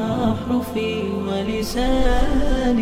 أحرفي ولساني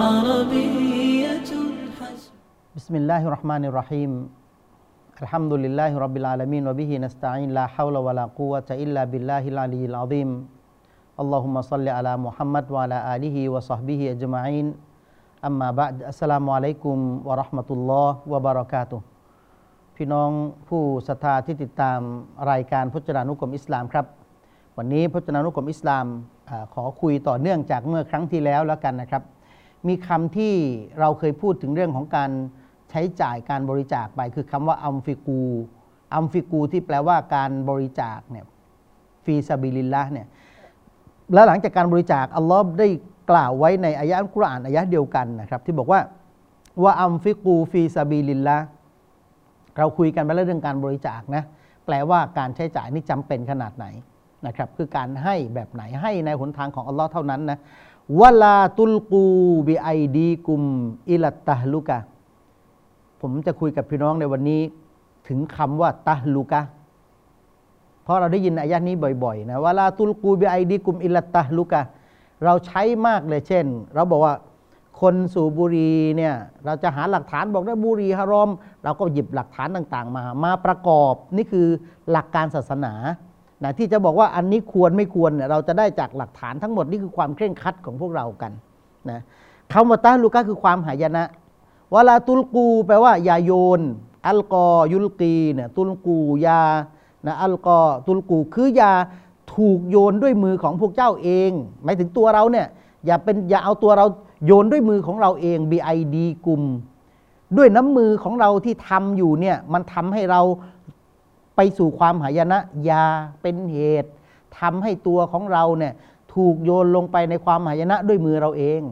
عربية حسن. بسم الله الرحمن الرحيم الحمد لله رب العالمين وبه نستعين لا حول ولا قوة إلا بالله العلي العظيم اللهم صل على محمد وعلى آله وصحبه أجمعين أما بعد السلام عليكم ورحمة الله وبركاته พี่น้องผู้ศรัทธาที่ติดตามรายการพจนานุกรมอิสลามครับวันนี้พจนานุกรมอิสลามขอคุยต่อเนื่องจากเมื่อครั้งที่แล้วแล้วกันนะครับมีคำที่เราเคยพูดถึงเรื่องของการใช้จ่ายการบริจาคไปคือคำว่าอัมฟิกูที่แปลว่าการบริจาคเนี่ยฟีซาบิลิลลาห์เนี่ยและหลังจากการบริจาคอัลลอฮ์ได้กล่าวไว้ในอายะอัลกุรอานอายะเดียวกันนะครับที่บอกว่าอัมฟิกูฟีซาบิลิลลาห์เราคุยกันไปแล้วเรื่องการบริจาคนะแปลว่าการใช้จ่ายนี่จำเป็นขนาดไหนนะครับคือการให้แบบไหนให้ในหนทางของอัลลอฮ์เท่านั้นนะวะลาตุลกูบิไอดีกุมอิลัตตะฮลุกะผมจะคุยกับพี่น้องในวันนี้ถึงคำว่าตะฮลุกะเพราะเราได้ยินอายะนี้บ่อยๆนะวะลาตุลกูบิไอดีกุมอิลัตตะฮลุกะเราใช้มากเลยเช่นเราบอกว่าคนสูบบุหรี่เนี่ยเราจะหาหลักฐานบอกได้บุหรี่ฮารอมเราก็หยิบหลักฐานต่างๆมาประกอบนี่คือหลักการศาสนานะที่จะบอกว่าอันนี้ควรไม่ควรเนี่ยเราจะได้จากหลักฐานทั้งหมดนี่คือความเคร่งครัดของพวกเรากันนะคำว่าตะฮลุกะคือความหายนะวะลาตุลกูแปลว่าอย่าโยนอัลกอยุลกีเนี่ยตุลกูยานะอัลกอตุลกูคืออย่าถูกโยนด้วยมือของพวกเจ้าเองหมายถึงตัวเราเนี่ยอย่าเอาตัวเราโยนด้วยมือของเราเองบีไอดีกุมด้วยน้ำมือของเราที่ทำอยู่เนี่ยมันทำให้เราไปสู่ความหายนะยาเป็นเหตุทำให้ตัวของเราเนี่ยถูกโยนลงไปในความหายนะด้วยมือเราเอง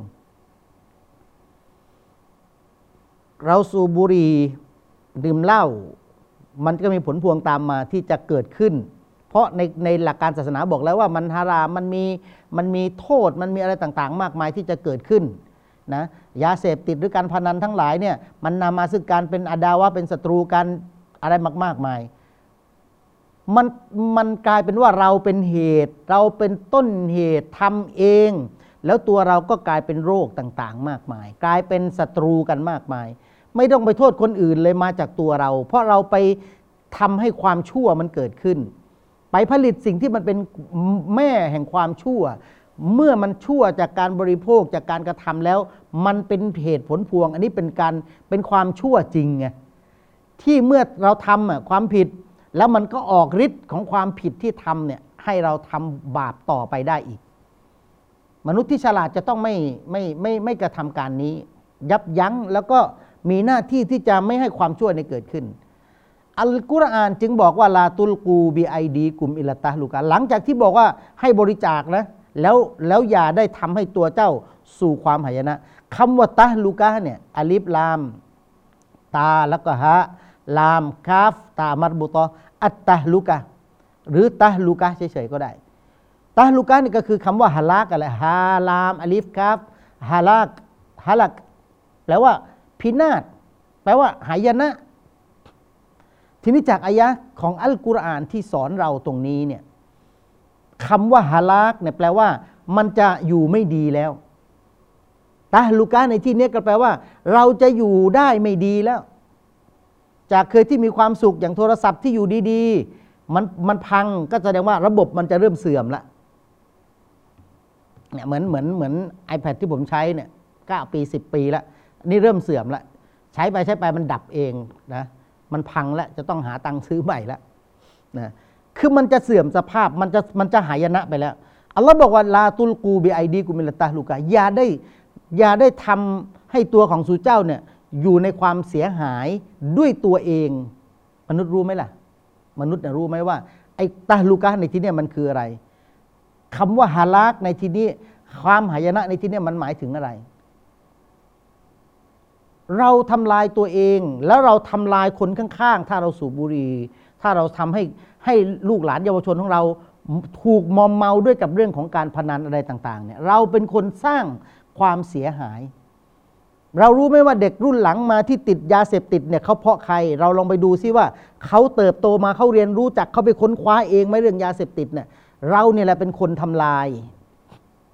เราสูบบุหรี่ดื่มเหล้ามันก็มีผลพวงตามมาที่จะเกิดขึ้นเพราะในหลักการศาสนาบอกแล้วว่ามันฮารามมันมีโทษมันมีอะไรต่างๆมากมายที่จะเกิดขึ้นนะยาเสพติดหรือการพนันทั้งหลายเนี่ยมันนำมาซึ่งการเป็นอาดาวะเป็นศัตรูกันอะไรมากมายมันกลายเป็นว่าเราเป็นเหตุเราเป็นต้นเหตุทำเองแล้วตัวเราก็กลายเป็นโรคต่างๆมากมายกลายเป็นศัตรูกันมากมายไม่ต้องไปโทษคนอื่นเลยมาจากตัวเราเพราะเราไปทำให้ความชั่วมันเกิดขึ้นไปผลิตสิ่งที่มันเป็นแม่แห่งความชั่วเมื่อมันชั่วจากการบริโภคจากการกระทำแล้วมันเป็นเหตุผลพวงอันนี้เป็นความชั่วจริงไงที่เมื่อเราทำความผิดแล้วมันก็ออกฤทธิ์ของความผิดที่ทำเนี่ยให้เราทำบาปต่อไปได้อีกมนุษย์ที่ฉลาดจะต้องไม่กระทำการนี้ยับยั้งแล้วก็มีหน้าที่ที่จะไม่ให้ความชั่วนี้เกิดขึ้นอัลกุรอานจึงบอกว่าลาตุลกูบิไอดีกุมอิลตะฮลุกะหลังจากที่บอกว่าให้บริจาคนะแล้วอย่าได้ทำให้ตัวเจ้าสู่ความหายนะคำว่าตะฮลุกะเนี่ยอลิฟลามตาแล้วก็ฮะลามคาฟตามัรบุตออัตตะฮลุกะหรือตะฮลุกะเฉยๆก็ได้ตะฮลุกะนี่ก็คือคำว่าฮะลากอะไรฮาลามอลิฟคาฟฮะลักแปลว่าพินาศแปลว่าหายนะทีนี้จากอายะของอัลกุรอานที่สอนเราตรงนี้เนี่ยคำว่าฮาลากเนี่ยแปลว่ามันจะอยู่ไม่ดีแล้วตะฮลุกะในที่นี้ก็แปลว่าเราจะอยู่ได้ไม่ดีแล้วจากเคยที่มีความสุขอย่างโทรศัพท์ที่อยู่ดีๆมันพังก็แสดงว่าระบบมันจะเริ่มเสื่อมละเนี่ยเหมือน iPad ที่ผมใช้เนี่ย9 ปี10 ปีแล้วนี่เริ่มเสื่อมละใช้ไปมันดับเองนะมันพังแล้วจะต้องหาตังค์ซื้อใหม่แล้วนะคือมันจะเสื่อมสภาพมันจะหายนะไปแล้วอัลลอฮ์บอกว่าลาตุลกูบิไอดีกุมิลตะฮลุกะอย่าได้ทำให้ตัวของสู่เจ้าเนี่ยอยู่ในความเสียหายด้วยตัวเองมนุษย์รู้ไหมล่ะมนุษย์รู้ไหมว่าไอ้ตะฮลุกะในที่นี้มันคืออะไรคำว่าฮาลากในที่นี้ความหายนะในที่นี้มันหมายถึงอะไรเราทำลายตัวเองแล้วเราทำลายคนข้างๆถ้าเราสูบบุหรี่ถ้าเราทำให้ลูกหลานเยาวชนของเราถูกมอมเมาด้วยกับเรื่องของการพนันอะไรต่างๆเนี่ยเราเป็นคนสร้างความเสียหายเรารู้ไหมว่าเด็กรุ่นหลังมาที่ติดยาเสพติดเนี่ยเขาเพราะใครเราลองไปดูซิว่าเขาเติบโตมาเขาเรียนรู้จักเขาไปค้นคว้าเองไหมเรื่องยาเสพติดเนี่ยเราเนี่ยแหละเป็นคนทำลาย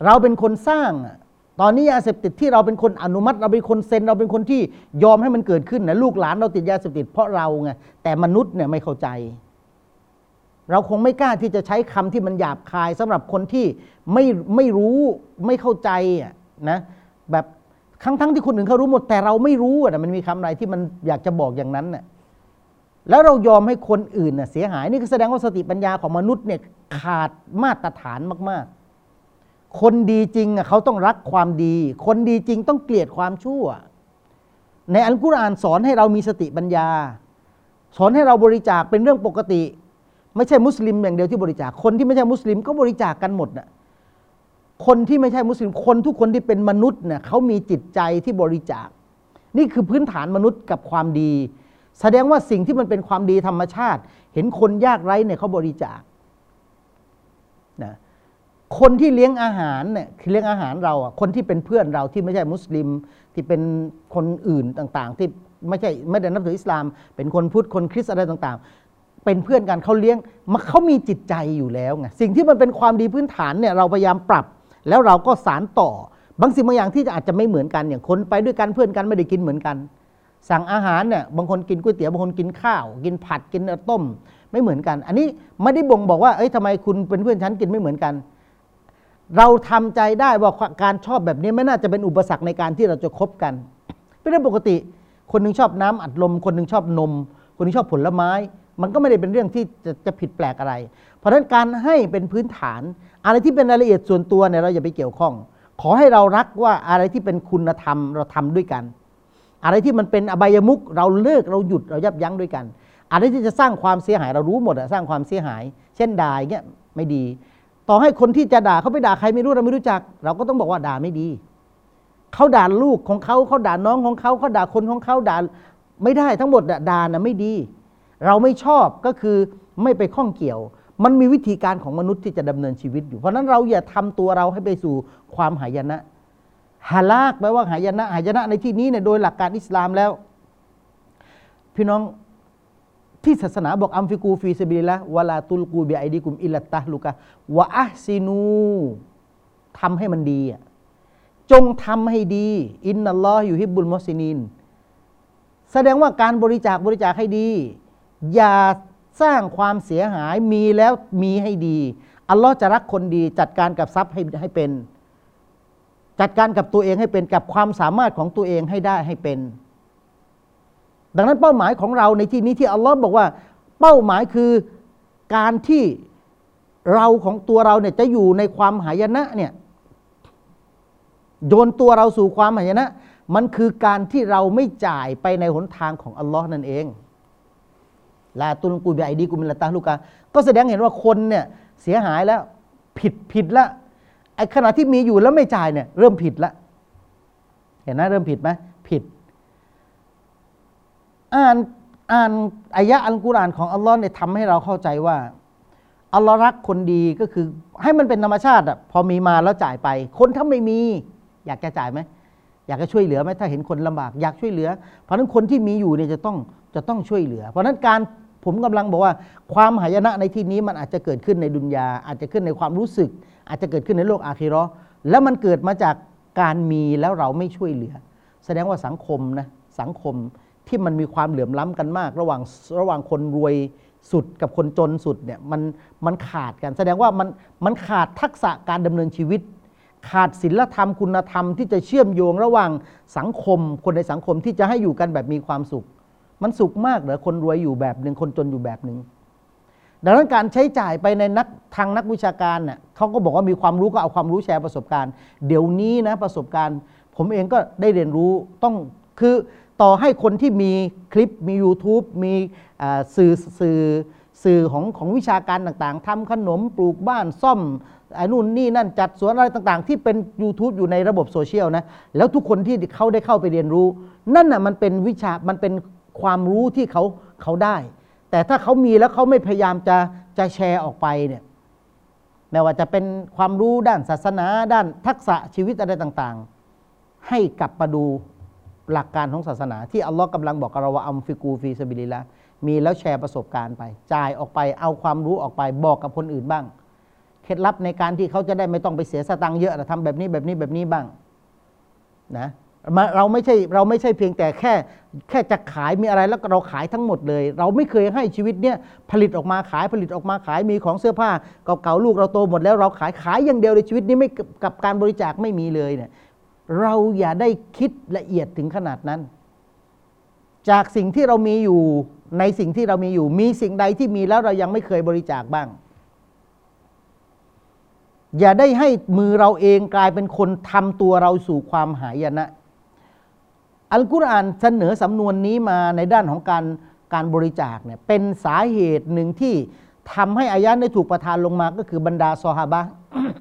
เราเป็นคนสร้างตอนนี้ยาเสพติดที่เราเป็นคนอนุมัติเราเป็นคนเซ็นเราเป็นคนที่ยอมให้มันเกิดขึ้นนะลูกหลานเราติดยาเสพติดเพราะเราไงแต่มนุษย์เนี่ยไม่เข้าใจเราคงไม่กล้าที่จะใช้คำที่มันหยาบคายสำหรับคนที่ไม่รู้ไม่เข้าใจนะแบบทั้งที่คนอื่นเขารู้หมดแต่เราไม่รู้นะมันมีคำอะไรที่มันอยากจะบอกอย่างนั้นน่ะแล้วเรายอมให้คนอื่นเสียหายนี่ก็แสดงว่าสติปัญญาของมนุษย์เนี่ยขาดมาตรฐานมากๆคนดีจริงเขาต้องรักความดีคนดีจริงต้องเกลียดความชั่วในอัลกุรอานสอนให้เรามีสติปัญญาสอนให้เราบริจาคเป็นเรื่องปกติไม่ใช่มุสลิมอย่างเดียวที่บริจาคคนที่ไม่ใช่มุสลิมก็บริจาคกันหมดน่ะคนที่ไม่ใช่มุสลิมคนทุกคนที่เป็นมนุษย์เนี่ยเขามีจิตใจที่บริจาคนี่คือพื้นฐานมนุษย์กับความดีแสดงว่าสิ่งที่มันเป็นความดีธรรมชาติเห็นคนยากไร้เนี่ยเขาบริจาคนะคนที่เลี้ยงอาหารเนี่ยคือเลี้ยงอาหารเราคนที่เป็นเพื่อนเราที่ไม่ใช่มุสลิมที่เป็นคนอื่นต่างๆที่ไม่ได้นับถืออิสลามเป็นคนพุทธคนคริสต์อะไรต่างๆเป็นเพื่อนกันเขาเลี้ยงเขามีจิตใจอยู่แล้วไงสิ่งที่มันเป็นความดีพื้นฐานเนี่ยเราพยายามปรับแล้วเราก็สานต่อบางสิ่งบางอย่างที่อาจจะไม่เหมือนกันอย่างคนไปด้วยกันเพื่อนกันไม่ได้กินเหมือนกันสั่งอาหารเนี่ยบางคนกินก๋วยเตี๋ยวบางคนกินข้าวกินผัดกินต้มไม่เหมือนกันอันนี้ไม่ได้บ่งบอกว่าทำไมคุณเป็นเพื่อนฉันกินไม่เหมือนกันเราทำใจได้ว่าการชอบแบบนี้ไม่น่าจะเป็นอุปสรรคในการที่เราจะคบกันเป็นเรื่องปกติคนนึงชอบน้ำอัดลมคนนึงชอบนมคนนึงชอบผลไม้มันก็ไม่ได้เป็นเรื่องที่จะผิดแปลกอะไรเพราะฉะนั้นการให้เป็นพื้นฐานอะไรที่เป็นรายละเอียดส่วนตัวเนี่ยเราอย่าไปเกี่ยวข้องขอให้เรารักว่าอะไรที่เป็นคุณธรรมเราทำด้วยกันอะไรที่มันเป็นอบายมุขเราเลิกเราหยุดเรายับยั้งด้วยกันอะไรที่จะสร้างความเสียหายเรารู้หมดสร้างความเสียหายเช่นด่าอย่างเงี้ยไม่ดีต่อให้คนที่จะด่าเขาไปด่าใครไม่รู้เราไม่รู้จักเราก็ต้องบอกว่าด่าไม่ดีเขาด่าลูกของเขาด่าน้องของเขาด่าคนของเขาด่าไม่ได้ทั้งหมดด่านะไม่ดีเราไม่ชอบก็คือไม่ไปข้องเกี่ยวมันมีวิธีการของมนุษย์ที่จะดำเนินชีวิตอยู่เพราะนั้นเราอย่าทำตัวเราให้ไปสู่ความหายนะฮาลากแปลว่าหายนะในที่นี้เนี่ยโดยหลักการอิสลามแล้วพี่น้องที่ศาสนาบอกอัมฟิกูฟีซะบิลิลละห์วะลาตุลกูบิไอดีกุมอิลลัตตะฮลุกะวะอัฮซินูทำให้มันดีจงทำให้ดีอินนัลลอฮฺยุฮิบบุลมุฮซินีนแสดงว่าการบริจาคให้ดีอย่าสร้างความเสียหายมีแล้วมีให้ดีอัลลอฮ์จะรักคนดีจัดการกับทรัพย์ให้เป็นจัดการกับตัวเองให้เป็นกับความสามารถของตัวเองให้ได้ให้เป็นดังนั้นเป้าหมายของเราในที่นี้ที่อัลลอฮ์บอกว่าเป้าหมายคือการที่เราของตัวเราเนี่ยจะอยู่ในความหายนะเนี่ยโยนตัวเราสู่ความหายนะมันคือการที่เราไม่จ่ายไปในหนทางของอัลลอฮ์นั่นเองลาตุลกูบิไอดีกุมิลตาลูกาก็แสดงเห็นว่าคนเนี่ยเสียหายแล้วผิดแล้วไอ้ขณะที่มีอยู่แล้วไม่จ่ายเนี่ยเริ่มผิดแล้วเห็นนะเริ่มผิดไหมผิดอ่านอายะอัลกุรอานของอัลลอฮ์เนี่ยทำให้เราเข้าใจว่าอัลลอฮ์รักคนดีก็คือให้มันเป็นธรรมชาติพอมีมาแล้วจ่ายไปคนถ้าไม่มีอยากจะจ่ายไหมอยากจะช่วยเหลือไหมถ้าเห็นคนลำบากอยากช่วยเหลือเพราะฉะนั้นคนที่มีอยู่เนี่ยจะต้องช่วยเหลือเพราะฉะนั้นผมกำลังบอกว่าความหายนะในที่นี้มันอาจจะเกิดขึ้นในดุนยาอาจจะขึ้นในความรู้สึกอาจจะเกิดขึ้นในโลกอาคิเราะห์แล้วมันเกิดมาจากการมีแล้วเราไม่ช่วยเหลือแสดงว่าสังคมที่มันมีความเหลื่อมล้ำกันมากระหว่างคนรวยสุดกับคนจนสุดเนี่ยมันขาดกันแสดงว่ามันขาดทักษะการดำเนินชีวิตขาดศีลธรรมคุณธรรมที่จะเชื่อมโยงระหว่างสังคมคนในสังคมที่จะให้อยู่กันแบบมีความสุขมันสุขมากเหรอคนรวยอยู่แบบหนึ่งคนจนอยู่แบบหนึ่งดังนั้นการใช้จ่ายไปในทางนักวิชาการเนี่ยเขาก็บอกว่ามีความรู้ก็เอาความรู้แชร์ประสบการณ์เดี๋ยวนี้นะประสบการณ์ผมเองก็ได้เรียนรู้คือต่อให้คนที่มีคลิปมี YouTube มีสื่อของวิชาการต่างๆทำขนมปลูกบ้านซ่อมนู่นนี่นั่นจัดสวนอะไรต่างๆที่เป็น YouTube อยู่ในระบบโซเชียลนะแล้วทุกคนที่เขาได้เข้าไปเรียนรู้นั่นน่ะมันเป็นวิชามันเป็นความรู้ที่เขาได้แต่ถ้าเขามีแล้วเขาไม่พยายามจะแชร์ออกไปเนี่ยแม้ว่าจะเป็นความรู้ด้านศาสนาด้านทักษะชีวิตอะไรต่างๆให้กลับมาดูหลักการของศาสนาที่อัลลอฮ์กำลังบอกกับเราว่าอัมฟิกูฟีซะบิลิลละห์มีแล้วแชร์ประสบการณ์ไปจ่ายออกไปเอาความรู้ออกไปบอกกับคนอื่นบ้างเคล็ดลับในการที่เขาจะได้ไม่ต้องไปเสียสตังค์เยอะทำแบบนี้แบบนี้แบบนี้บ้างนะเราไม่ใช่เพียงแต่แค่จะขายมีอะไรแล้วก็เราขายทั้งหมดเลยเราไม่เคยให้ชีวิตเนี้ยผลิตออกมาขายมีของเสื้อผ้าเก่าๆลูกเราโตหมดแล้วเราขายอย่างเดียวในชีวิตนี้ไม่กับการบริจาคไม่มีเลยเนี่ยเราอย่าได้คิดละเอียดถึงขนาดนั้นจากสิ่งที่เรามีอยู่ในสิ่งที่เรามีอยู่มีสิ่งใดที่มีแล้วเรายังไม่เคยบริจาคบ้างอย่าได้ให้มือเราเองกลายเป็นคนทำตัวเราสู่ความหายนะอัลกุรอานเสนอสำนวนนี้มาในด้านของการบริจาคเนี่ยเป็นสาเหตุหนึ่งที่ทำให้อายะห์ได้ถูกประทานลงมาก็คือบรรดาซอฮาบะห์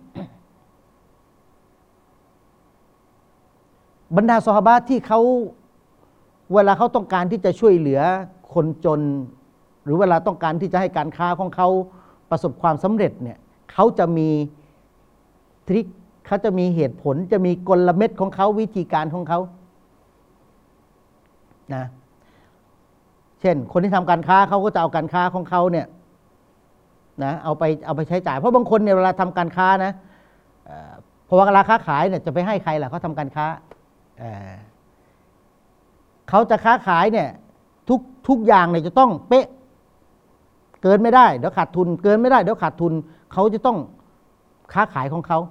บรรดาซอฮาบะห์ที่เขาเวลาเขาต้องการที่จะช่วยเหลือคนจนหรือเวลาต้องการที่จะให้การค้าของเขาประสบความสำเร็จเนี่ยเขาจะมีทริคเขาจะมีเหตุผลจะมีกลเม็ดของเขาวิธีการของเขานะเช่นคนที่ทำการค้าเขาก็จะเอาการค้าของเขาเนี่ยนะเอาไปใช้จ่ายเพราะบางคนเนี่ยเวลาทำการค้านะพอเวลาค้าขายเนี่ยจะไปให้ใครล่ะเขาทำการค้าเขาจะค้าขายเนี่ยทุกอย่างเนี่ยจะต้องเป๊ะเกินไม่ได้เดี๋ยวขาดทุนเกินไม่ได้เดี๋ยวขาดทุนเขาจะต้องค้าขายของเขา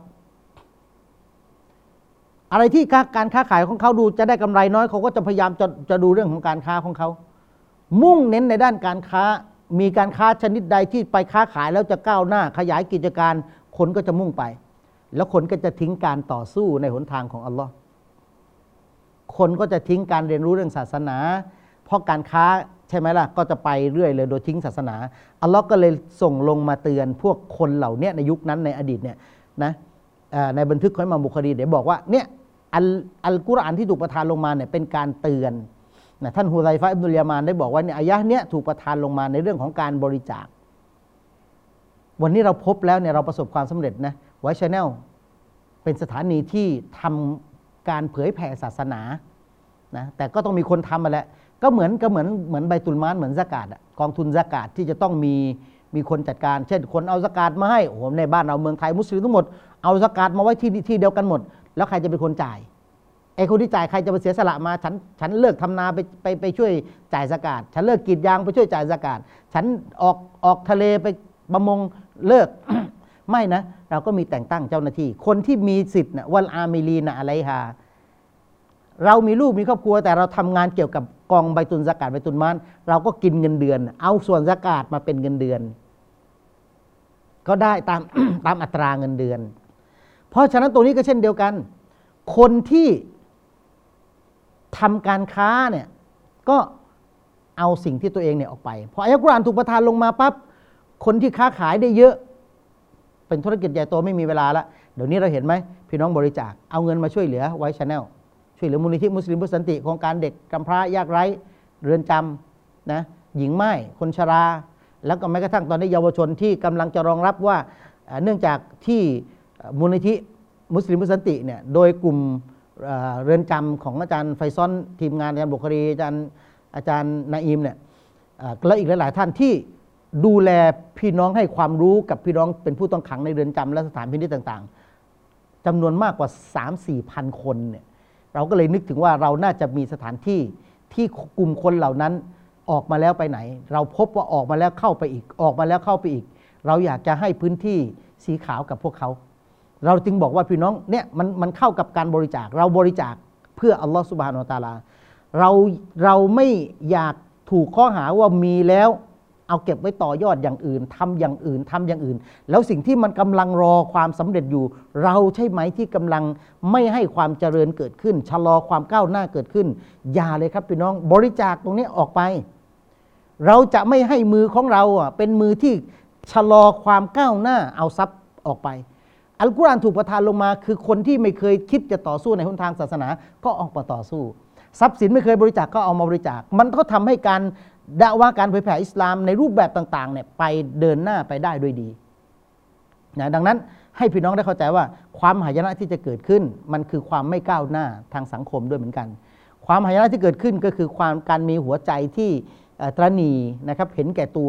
อะไรที่การค้าขายของเขาดูจะได้กำไรน้อยเขาก็จะพยายามจะดูเรื่องของการค้าของเขามุ่งเน้นในด้านการค้ามีการค้าชนิดใดที่ไปค้าขายแล้วจะก้าวหน้าขยายกิจการคนก็จะมุ่งไปแล้วคนก็จะทิ้งการต่อสู้ในหนทางของอัลลอฮ์คนก็จะทิ้งการเรียนรู้เรื่องศาสนาเพราะการค้าใช่ไหมล่ะก็จะไปเรื่อยเลยโดยทิ้งศาสนาอัลลอฮ์ก็เลยส่งลงมาเตือนพวกคนเหล่านี้ในยุคนั้นในอดีตเนี่ยนะในบันทึกของอิหม่ามบุคอรีเดี๋ยวบอกว่าเนี่ยอัลกุรอานที่ถูกประทานลงมาเนี่ยเป็นการเตือนนะท่านฮุซัยฟะห์อิบนุลยามานได้บอกว่าเนี่ยอายะห์เนี้ยถูกประทานลงมาในเรื่องของการบริจาควันนี้เราพบแล้วเนี่ยเราประสบความสำเร็จนะไวท์ Channel เป็นสถานีที่ทำการเผยแผ่ศาสนานะแต่ก็ต้องมีคนทำมาแหละก็เหมือนไบตุลมานเหมือนซะกาตกองทุนซะกาตที่จะต้องมีคนจัดการเช่นคนเอาซะกาตมาให้โอ้โหในบ้านเราเมืองไทยมุสลิมทั้งหมดเอาซะกาตมาไว้ที่เดียวกันหมดแล้วใครจะเป็นคนจ่ายไอ้คนที่จ่ายใครจะไปเสียสละมาฉันเลิกทำนาไปช่วยจ่ายซะกาตฉันเลิกกรีดยางไปช่วยจ่ายซะกาตฉันออกทะเลไปประมงเลิก ไม่นะเราก็มีแต่งตั้งเจ้าหน้าที่คนที่มีสิทธิ์นะวัลอามิลีนะอะลัยฮาเรามีลูกมีครอบครัวแต่เราทำงานเกี่ยวกับกองไบตุลซะกาตไบตุลมานเราก็กินเงินเดือนเอาส่วนซะกาตมาเป็นเงินเดือนก็ได้ตาม ตามอัตราเงินเดือนเพราะฉะนั้นตรงนี้ก็เช่นเดียวกันคนที่ทำการค้าเนี่ยก็เอาสิ่งที่ตัวเองเนี่ยออกไปพออายะห์กุรอานถูกประทานลงมาปั๊บคนที่ค้าขายได้เยอะเป็นธุรกิจใหญ่โตไม่มีเวลาละเดี๋ยวนี้เราเห็นไหมพี่น้องบริจาคเอาเงินมาช่วยเหลือไวท์ Channel ช่วยเหลือมูลนิธิมุสลิมเพื่อสันติโครงการเด็กกำพร้ายากไร้เรือนจำนะหญิงม่ายคนชราแล้วก็แม้กระทั่งตอนนี้เยาวชนที่กำลังจะรองรับว่าเนื่องจากที่มูลนิธิมุสลิมเพื่อสันติเนี่ยโดยกลุ่มเรือนจำของอาจารย์ไฟซอนทีมงานอาจารย์บุครีอาจารย์นาอิมเนี่ยและอีกหลายๆท่านที่ดูแลพี่น้องให้ความรู้กับพี่น้องเป็นผู้ต้องขังในเรือนจำและสถานพินิจต่างๆจำนวนมากกว่า 3-4 พันคนเนี่ยเราก็เลยนึกถึงว่าเราน่าจะมีสถานที่ที่กลุ่มคนเหล่านั้นออกมาแล้วไปไหนเราพบว่าออกมาแล้วเข้าไปอีกออกมาแล้วเข้าไปอีกเราอยากจะให้พื้นที่สีขาวกับพวกเขาเราจึงบอกว่าพี่น้องเนี่ยมันเข้ากับการบริจาคเราบริจาคเพื่ออัลลอฮฺซุบฮานะฮูวะตะอาลาเราไม่อยากถูกข้อหาว่ามีแล้วเอาเก็บไว้ต่อยอดอย่างอื่นทำอย่างอื่นแล้วสิ่งที่มันกำลังรอความสำเร็จอยู่เราใช่ไหมที่กำลังไม่ให้ความเจริญเกิดขึ้นชะลอความก้าวหน้าเกิดขึ้นอย่าเลยครับพี่น้องบริจาคตรงนี้ออกไปเราจะไม่ให้มือของเราเป็นมือที่ชะลอความก้าวหน้าเอาทรัพย์ออกไปอัลกุรอานถูกประทานลงมาคือคนที่ไม่เคยคิดจะต่อสู้ในหนทางศาสนาก็ออกมาต่อสู้ทรัพย์สินไม่เคยบริจาคก็เอามาบริจาคมันก็ทำให้การดะวะห์การเผยแผ่อิสลามในรูปแบบต่างๆเนี่ยไปเดินหน้าไปได้ด้วยดีนะดังนั้นให้พี่น้องได้เข้าใจว่าความหายนะที่จะเกิดขึ้นมันคือความไม่ก้าวหน้าทางสังคมด้วยเหมือนกันความ ความหายนะที่เกิดขึ้นก็คือความการมีหัวใจที่ตระหนี่นะครับเห็นแก่ตัว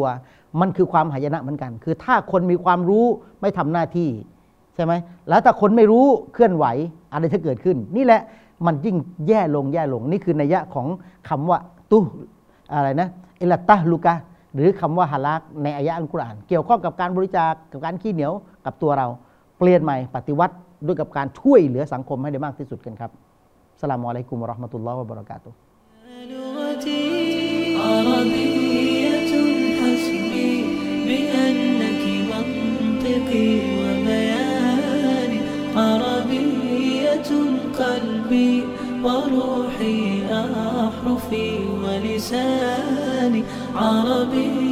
มันคือความหายนะเหมือนกัน คือถ้าคนมีความรู้ไม่ทำหน้าที่ใช่ไหมแล้วถ้าคนไม่รู้เคลื่อนไหวอะไรที่เกิดขึ้นนี่แหละมันยิ่งแย่ลงนี่คือนัยยะของคำว่าตุอะไรนะอิลตะลูกะหรือคำว่าฮาลักในอายะอัลกุรอานเกี่ยวข้องกับการบริจาคกับการขี้เหนียวกับตัวเราเปลี่ยนใหม่ปฏิวัติด้วยกับการช่วยเหลือสังคมให้ได้มากที่สุดกันครับอัสสลามุอะลัยกุมวะเราะห์มะตุลลอฮ์วะบะเราะกาตุฮ์ عربية حسبي بأنك منطقي وبياني عربية قلبي وروحي أحرفي ولساني عربي